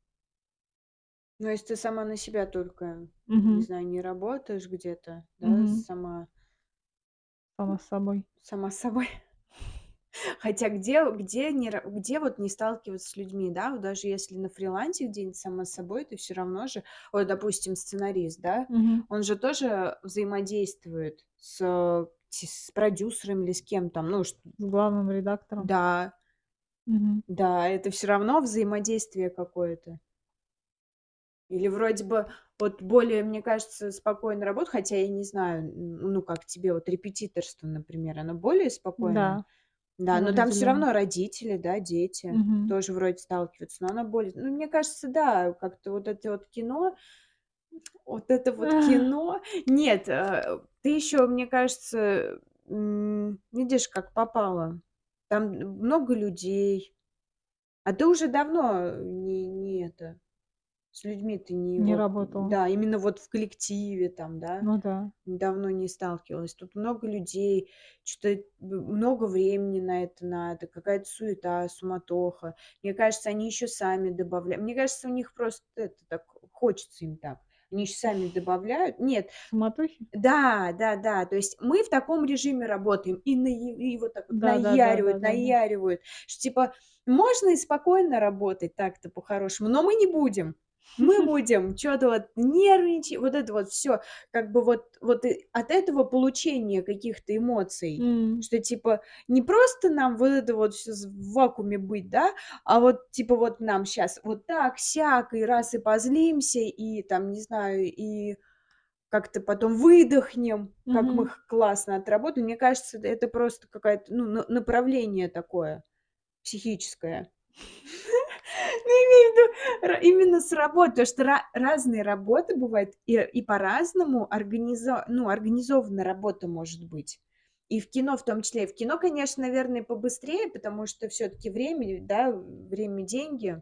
Ну, если ты сама на себя только, не Мгм, знаю, не работаешь где-то, да, мгм. сама Сама с собой. сама с собой. Хотя где вот не сталкиваться с людьми, да? Вот даже если на фрилансе где-нибудь сама с собой, ты все равно же вот, допустим, сценарист, да, Мгм. он же тоже взаимодействует с продюсером или с кем там, ну, С главным редактором. да, Мгм. да, это все равно взаимодействие какое-то. Или вроде бы вот более, мне кажется, спокойно работать, хотя я не знаю, ну, как тебе, вот репетиторство, например, оно более спокойное? Да, Да, но там все определенно. равно родители, да, дети Мгм. тоже вроде сталкиваются, но оно более ну, мне кажется, да, как-то вот это вот кино вот это вот кино нет, ты еще, мне кажется, видишь, как попало. Там много людей, а ты уже давно не это, с людьми ты не Не вот работала. да, именно вот в коллективе там, да. Ну да. Давно не сталкивалась. Тут много людей, что то много времени на это надо, какая-то суета, суматоха. Мне кажется, они еще сами добавляют. Мне кажется, у них просто это так хочется им так. Они еще сами добавляют. Нет, Суматохи? да, да-да, то есть мы в таком режиме работаем, и вот так вот наяривают, Да-да-да-да-да-да. наяривают, что типа можно и спокойно работать так-то по-хорошему, но мы не будем. Мы будем что то вот нервничать, вот это вот все, как бы вот и от этого получения каких-то эмоций, М. что типа не просто нам вот это вот всё в вакууме быть, да, а вот типа вот нам сейчас вот так, сяк, и раз и позлимся, и там, не знаю, и как-то потом выдохнем, как мы Мгм. классно отработали. Мне кажется, это просто какое-то, ну, направление такое психическое. Ну, имею в виду именно с работы, потому что разные работы бывают, и по-разному организована работа может быть. И в кино в том числе. И в кино, конечно, наверное, побыстрее, потому что все таки время, да, время- деньги.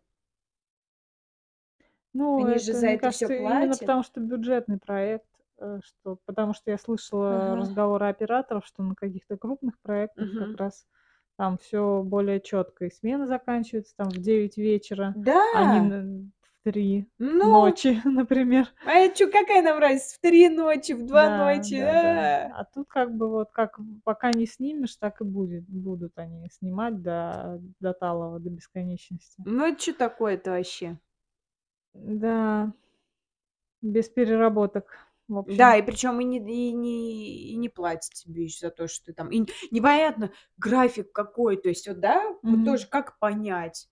Ну, Они же это, за мне это все кажется, именно платят. потому что бюджетный проект, что потому что я слышала Ага. разговоры операторов, что на каких-то крупных проектах как Мгм. раз там все более четко, и смена заканчивается там в 9 вечера, а не Да! в 3 Ну! ночи, например. А это чё, какая нам разница, в 3 ночи, в 2 Да, ночи? да-да. А тут как бы вот как пока не снимешь, так и будут они снимать до талого, до бесконечности. Ну, это чё такое-то вообще? Да, без переработок, в Да, общем. и причём и не платят тебе ещё за то, что ты там и непонятно график какой. То есть вот, да, вот Мгм. тоже как понять?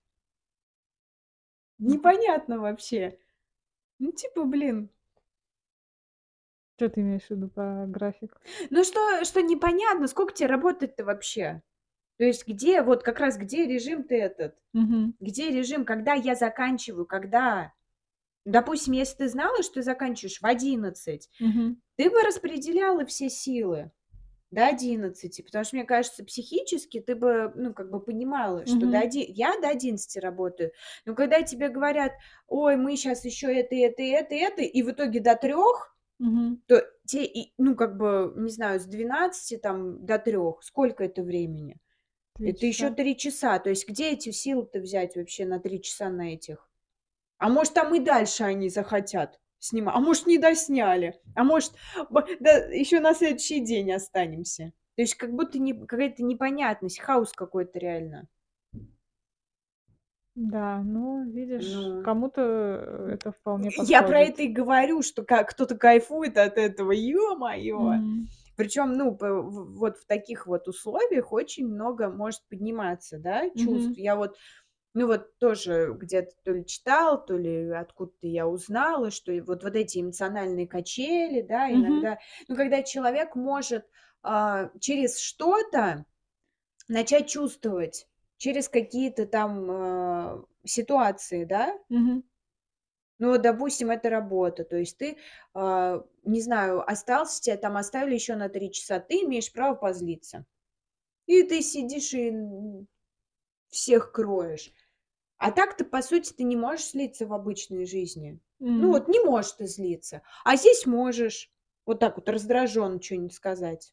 Мгм. Непонятно вообще. Ну, типа, блин, Что ты имеешь в виду про график? ну что непонятно, сколько тебе работать-то вообще? То есть где вот как раз где режим-то этот? Мгм. Где режим, когда я заканчиваю, когда? Допустим, если ты знала, что ты заканчиваешь в 11, Мгм. ты бы распределяла все силы до 11, потому что, мне кажется, психически ты бы, ну, как бы понимала, что Мгм. я до 11 работаю, но когда тебе говорят: "Ой, мы сейчас еще это, это", и в итоге до 3, Мгм. то те и, ну, как бы, не знаю, с 12 там до 3 сколько это времени? 3 Это еще часа. 3 часа. То есть где эти силы-то взять вообще на 3 часа на этих? А может, там и дальше они захотят снимать, а может, не досняли, а может, да еще на следующий день останемся. То есть как будто какая-то непонятность, хаос какой-то реально. Да, ну, видишь, Ну, кому-то это вполне я про это подходит. и говорю, что кто-то кайфует от этого, ё-моё! М, Причем, ну, вот в таких вот условиях очень много может подниматься, да, чувств. мгм, Я вот, ну, вот тоже где-то то ли читала, то ли откуда-то я узнала, что и вот эти эмоциональные качели, да, мгм, иногда, ну, когда человек может через что-то начать чувствовать, через какие-то там ситуации, да. мгм. Ну, вот, допустим, это работа. То есть ты, не знаю, тебя там оставили еще на 3 часа, ты имеешь право позлиться. И ты сидишь и всех кроешь. А так-то, по сути, ты не можешь злиться в обычной жизни. Ну М. вот не можешь ты злиться. А здесь можешь. Вот так вот раздражённо чё-нибудь сказать.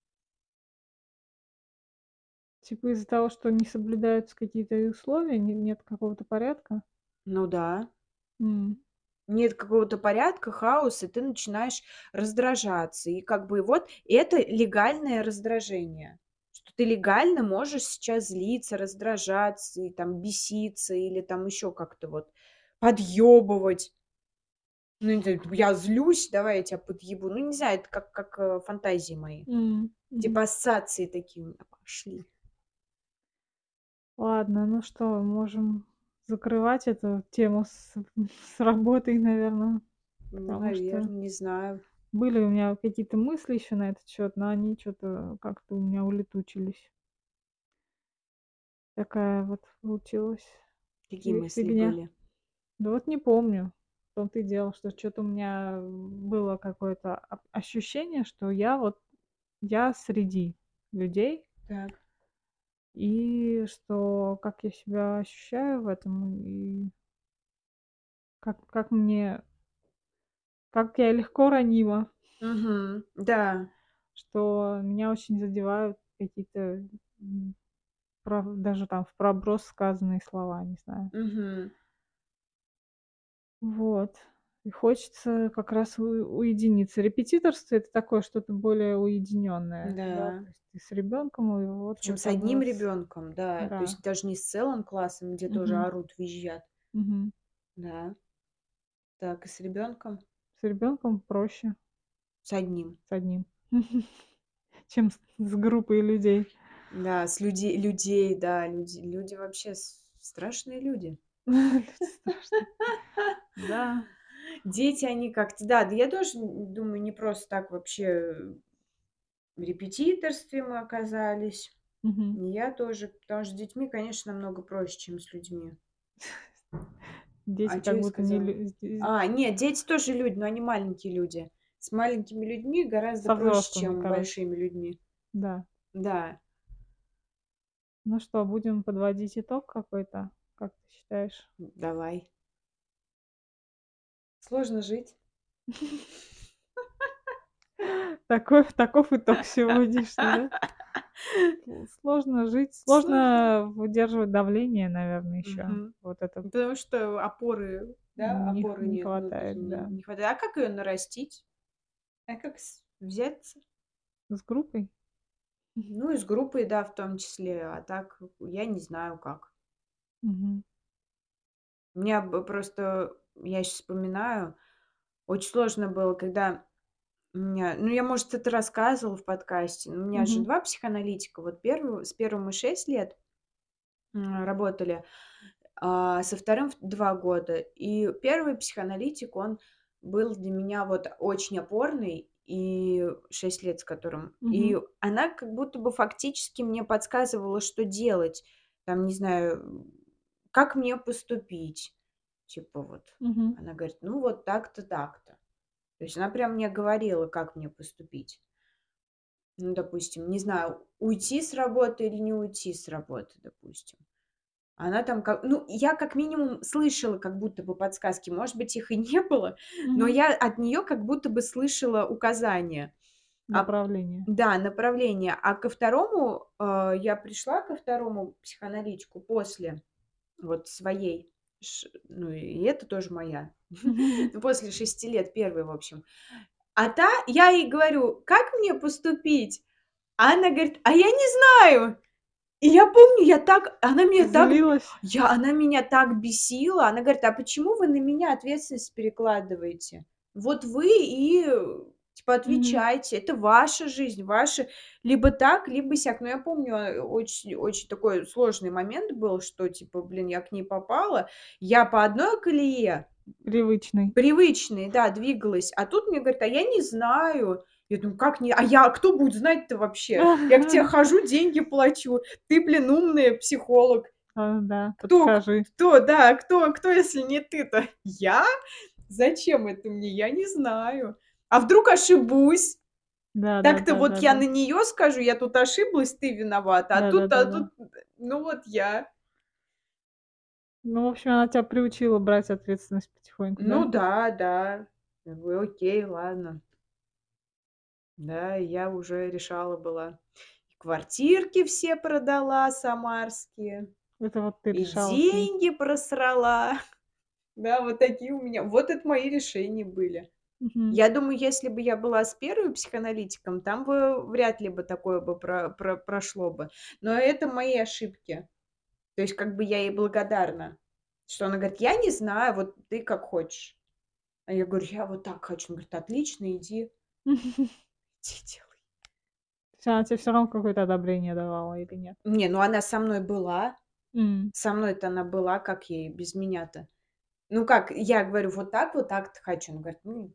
Типа из-за того, что не соблюдаются какие-то условия, нет какого-то порядка? Ну да. М, Нет какого-то порядка, хаоса, и ты начинаешь раздражаться. И как бы вот это легальное раздражение. Что ты легально можешь сейчас злиться, раздражаться и там беситься или там еще как-то вот подъебывать. Ну, не знаю, я злюсь, давай я тебя подъебу. Ну, не знаю, это как фантазии мои. мгм. Типа ассоциации такие у меня пошли. Ладно, ну что, можем закрывать эту тему с работой, наверное, потому что Наверное, не знаю. были у меня какие-то мысли еще на этот счет, но они что то как-то у меня улетучились. Такая вот получилась Какие мысли фигня. были? Да вот не помню. В том-то и дело, что что то у меня было какое-то ощущение, что я среди людей, Так. и что как я себя ощущаю в этом, и как мне как я легко ранима, Мгм. Да. что меня очень задевают какие-то, даже там в проброс сказанные слова, не знаю. Мгм. Вот. И хочется как раз уединиться. Репетиторство — это такое что-то более уединенное, да. Да. То есть ты с ребенком, и Причем вот с там у одним вас ребенком, да. То да. есть даже не с целым классом, где тоже Мгм. орут, визжат. Мгм. Да. Так, и с ребенком? С ребенком проще, С одним. с одним, чем с группой людей. Да, с людей, да, люди вообще страшные люди. Люди страшные. Да. Дети, они как-то, да, да я тоже думаю, не просто так вообще в репетиторстве мы оказались. Мгм. И я тоже, потому что с детьми, конечно, намного проще, чем с людьми. Дети А что как я будто не сказала? лю Нет, дети тоже люди, но они маленькие люди. С маленькими людьми гораздо со проще, взрослыми, чем короче. большими людьми. Да. Да. Ну что, будем подводить итог какой-то, как ты считаешь? Давай. Сложно жить. Таков итог сегодняшний, да? Сложно жить, Сложно. сложно выдерживать давление, наверное, еще. Мгм. Вот это Потому что опоры, да, опоры не нет, внутренней хватает, да. не хватает. А как ее нарастить? А как взяться? С группой? Ну, и с группой, да, в том числе. А так я не знаю как. Мгм. У меня просто, я сейчас вспоминаю, очень сложно было, когда у меня, ну, я, может, это рассказывала в подкасте, но у меня же Мгм. 2 психоаналитика. Вот с первым мы 6 лет, работали, со вторым 2 года. И первый психоаналитик, он был для меня вот очень опорный, и 6 лет с которым. И Мгм. она как будто бы фактически мне подсказывала, что делать. Там, не знаю, как мне поступить. Типа вот Мгм. она говорит: "Ну, вот так-то, так-то". То есть она прям мне говорила, как мне поступить. Ну, допустим, не знаю, уйти с работы или не уйти с работы, допустим. Она там ну, я как минимум слышала как будто бы подсказки, может быть, их и не было, но Мгм. я от нее как будто бы слышала указания. А, Направление. да, направление. А ко второму, я пришла ко второму психоаналитику после вот своей, ну, и это тоже моя, ну, после 6 лет, 1, в общем. Я ей говорю: "Как мне поступить?" А она говорит: "А я не знаю". И я помню, Злилась? она меня так бесила. Она говорит: "А почему вы на меня ответственность перекладываете? Вот вы и, типа, Мгм. отвечайте. Это ваша жизнь, ваши либо так, либо сяк". Но я помню, очень очень такой сложный момент был, что, типа, блин, я к ней попала. Я по одной колее, Привычный. привычной, да, двигалась, а тут мне говорят: "А я не знаю". Я думаю: "Как не кто будет знать-то вообще? Я к тебе хожу, деньги плачу. Ты, блин, умная, психолог. Да, Кто подскажи. да, кто, если не ты-то?" Я? Зачем это мне? Я не знаю. А вдруг ошибусь? Так-то вот я Да-да-да-да-да. на нее скажу: "Я тут ошиблась, ты виновата". Да-да-да-да. Ну вот я. Ну, в общем, она тебя приучила брать ответственность потихоньку, Ну да? да, да. Я говорю: "Окей, ладно". Да, и я уже решала была. И квартирки все продала самарские, Это вот ты и решала с ней. деньги просрала. Да, вот такие у меня вот это мои решения были. Мгм. Я думаю, если бы я была с первым психоаналитиком, там бы вряд ли бы такое бы прошло бы. Но это мои ошибки. То есть как бы я ей благодарна, что она говорит: "Я не знаю, вот ты как хочешь". А я говорю: "Я вот так хочу". Она говорит: "Отлично, иди делай". То есть она тебе всё равно какое-то одобрение давала или нет? Не, ну она со мной была. М. Со мной-то она была, как ей без меня-то? Ну как, я говорю: вот так-то хочу". Она говорит: "Ну".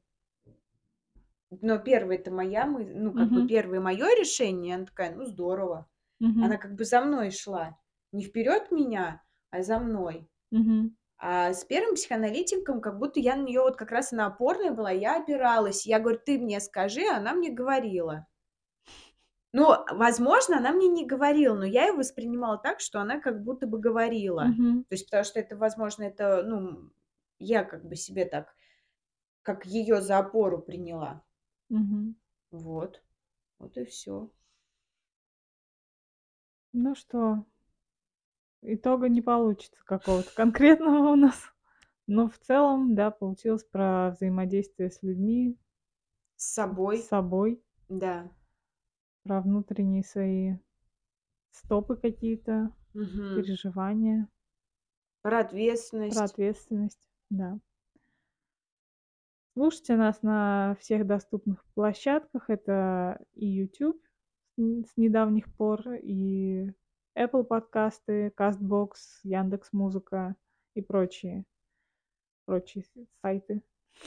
Но первая-то моя ну, как бы Мгм. первое моё решение. Она такая: "Ну, здорово". Мгм. Она как бы за мной шла. Не вперед меня, а за мной. Мгм. А с первым психоаналитиком как будто я на неё вот как раз она опорная была, я опиралась. Я говорю: "Ты мне скажи", а она мне говорила. Ну, возможно, она мне не говорила, но я её воспринимала так, что она как будто бы говорила. Мгм. То есть потому что это, возможно, это, ну, я как бы себе так, как её за опору приняла. Мгм. Вот. Вот и всё. Ну что, итога не получится какого-то конкретного у нас. Но в целом, да, получилось про взаимодействие с людьми, С с собой, собой, да. про внутренние свои стопы какие-то, Мгм. переживания, Про про ответственность. ответственность, да. Слушайте нас на всех доступных площадках. Это и YouTube с недавних пор, и Apple подкасты, CastBox, Яндекс.Музыка и прочие сайты.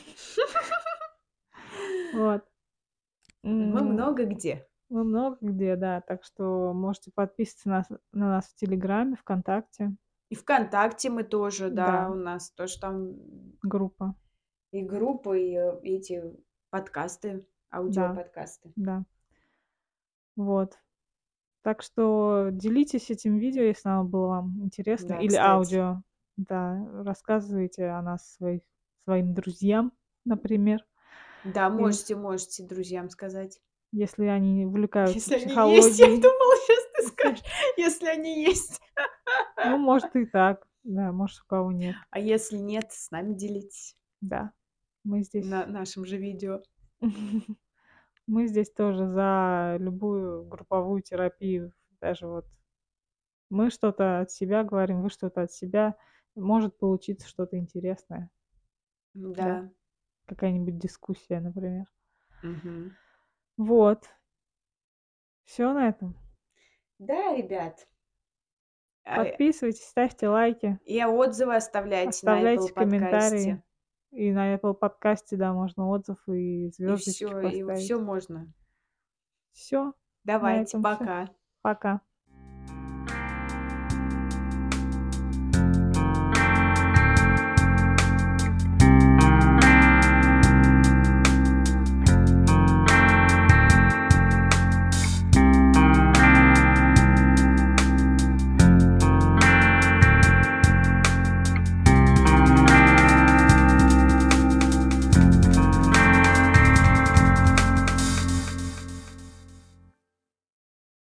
Вот. Мы М, много где. мы много где, да, так что можете подписываться на нас в "Телеграме", "ВКонтакте". И "ВКонтакте" мы тоже, да, Да, у нас тоже там группа. и группы, и, эти подкасты, Да, аудиоподкасты. да. Вот. Так что делитесь этим видео, если оно было вам интересно, Да, или кстати. аудио. Да, рассказывайте о нас своим друзьям, например, Да, и можете друзьям сказать. если они увлекаются Если они есть, я психологией. думала, сейчас ты Если скажешь, если они есть. ну, может, и так. Да, может, у кого нет. А если нет, с нами делитесь Да, мы здесь на нашем же видео. мы здесь тоже за любую групповую терапию. Даже вот мы что-то от себя говорим, вы что-то от себя. Может получиться что-то интересное, да, Да. какая-нибудь дискуссия, например. Мгм. Вот, все на этом. Да, ребят. А, Подписывайтесь, ставьте лайки, и отзывы оставляйте на Apple оставляйте комментарии. подкасте. И на Apple подкасте, да, можно отзыв и И все, звездочки и поставить. все можно. Все, на Давайте, этом все. пока. Пока.